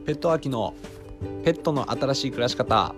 ペット秋のペットの新しい暮らし方。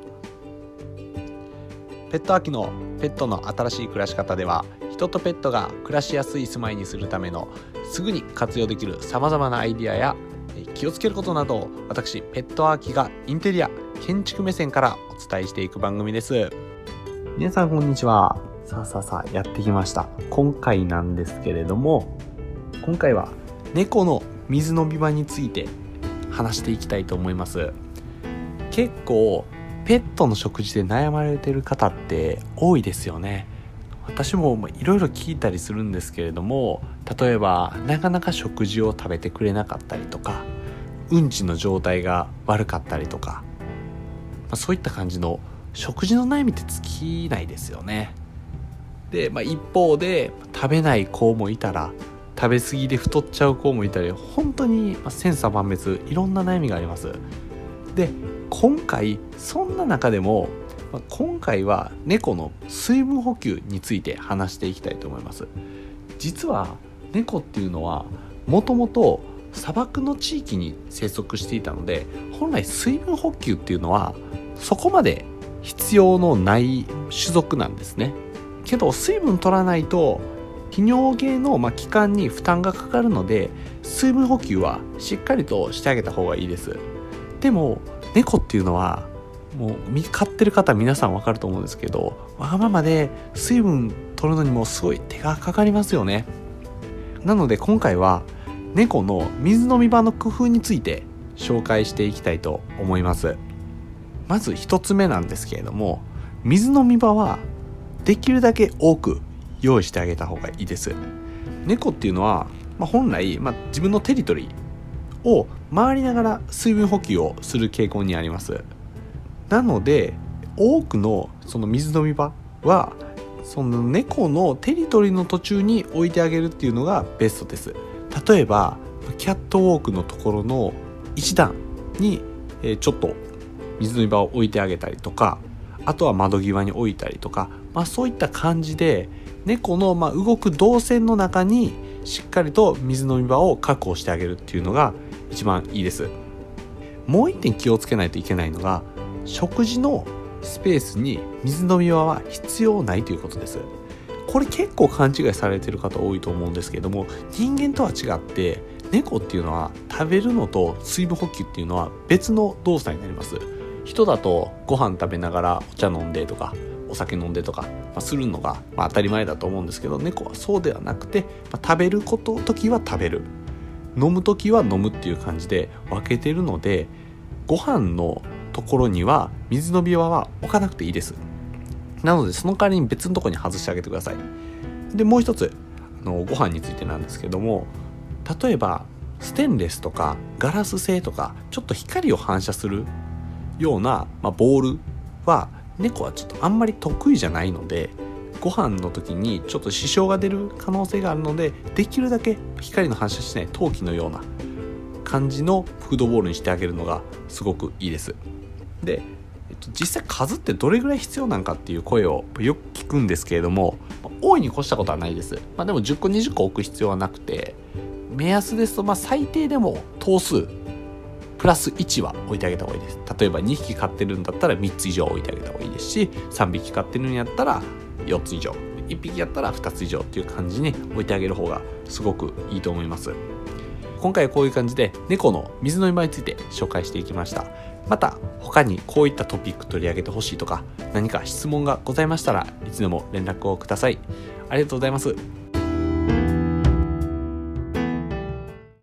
ペット秋のペットの新しい暮らし方では、人とペットが暮らしやすい住まいにするためのすぐに活用できるさまざまなアイディアや気をつけることなどを、私ペット秋がインテリア建築目線からお伝えしていく番組です。皆さんこんにちは。さあやってきました。今回なんですけれども、今回は猫の水飲み場について話していきたいと思います。結構ペットの食事で悩まれている方って多いですよね。私もいろいろ聞いたりするんですけれども、例えばなかなか食事を食べてくれなかったりとか、うんちの状態が悪かったりとか、そういった感じの食事の悩みって尽きないですよね。で、一方で食べない子もいたら、食べ過ぎで太っちゃう子もいたり、本当に千差万別いろんな悩みがあります。で、今回そんな中でも今回は猫の水分補給について話していきたいと思います。実は猫っていうのはもともと砂漠の地域に生息していたので、本来水分補給っていうのはそこまで必要のない種族なんですね。けど水分取らないと泌尿系の器官に負担がかかるので、水分補給はしっかりとしてあげた方がいいです。でも猫っていうのはもう飼ってる方皆さん分かると思うんですけど、わがままで水分取るのにもすごい手がかかりますよね。なので今回は猫の水飲み場の工夫について紹介していきたいと思います。まず一つ目なんですけれども、水飲み場はできるだけ多く用意してあげた方がいいです。猫っていうのは、本来、自分のテリトリーを回りながら水分補給をする傾向にあります。なので多くのその水飲み場はその猫のテリトリーの途中に置いてあげるっていうのがベストです。例えばキャットウォークのところの一段にちょっと水飲み場を置いてあげたりとか、あとは窓際に置いたりとか、そういった感じで猫の動く動線の中にしっかりと水飲み場を確保してあげるっていうのが一番いいです。もう一点気をつけないといけないのが、食事のスペースに水飲み場は必要ないということです。これ結構勘違いされている方多いと思うんですけれども、人間とは違って猫っていうのは食べるのと水分補給っていうのは別の動作になります。人だとご飯食べながらお茶飲んでとかお酒飲んでとか、するのが当たり前だと思うんですけど、猫はそうではなくて、食べる時は食べる、飲む時は飲むっていう感じで分けてるので、ご飯のところには水飲み場は置かなくていいです。なのでその代わりに別のところに外してあげてください。で、もう一つご飯についてなんですけども、例えばステンレスとかガラス製とかちょっと光を反射するような、ボールは猫はちょっとあんまり得意じゃないので、ご飯の時にちょっと支障が出る可能性があるので、できるだけ光の反射しない陶器のような感じのフードボールにしてあげるのがすごくいいです。で、実際数ってどれぐらい必要なんかっていう声をよく聞くんですけれども、大いに越したことはないです。でも10個20個置く必要はなくて、目安ですと最低でも頭数プラス1は置いてあげた方がいいです。例えば2匹飼ってるんだったら3つ以上置いてあげた方がいいですし、3匹飼ってるんやったら4つ以上、1匹やったら2つ以上っていう感じに置いてあげる方がすごくいいと思います。今回はこういう感じで猫の水飲み場について紹介していきました。また他にこういったトピック取り上げてほしいとか、何か質問がございましたらいつでも連絡をください。ありがとうございます。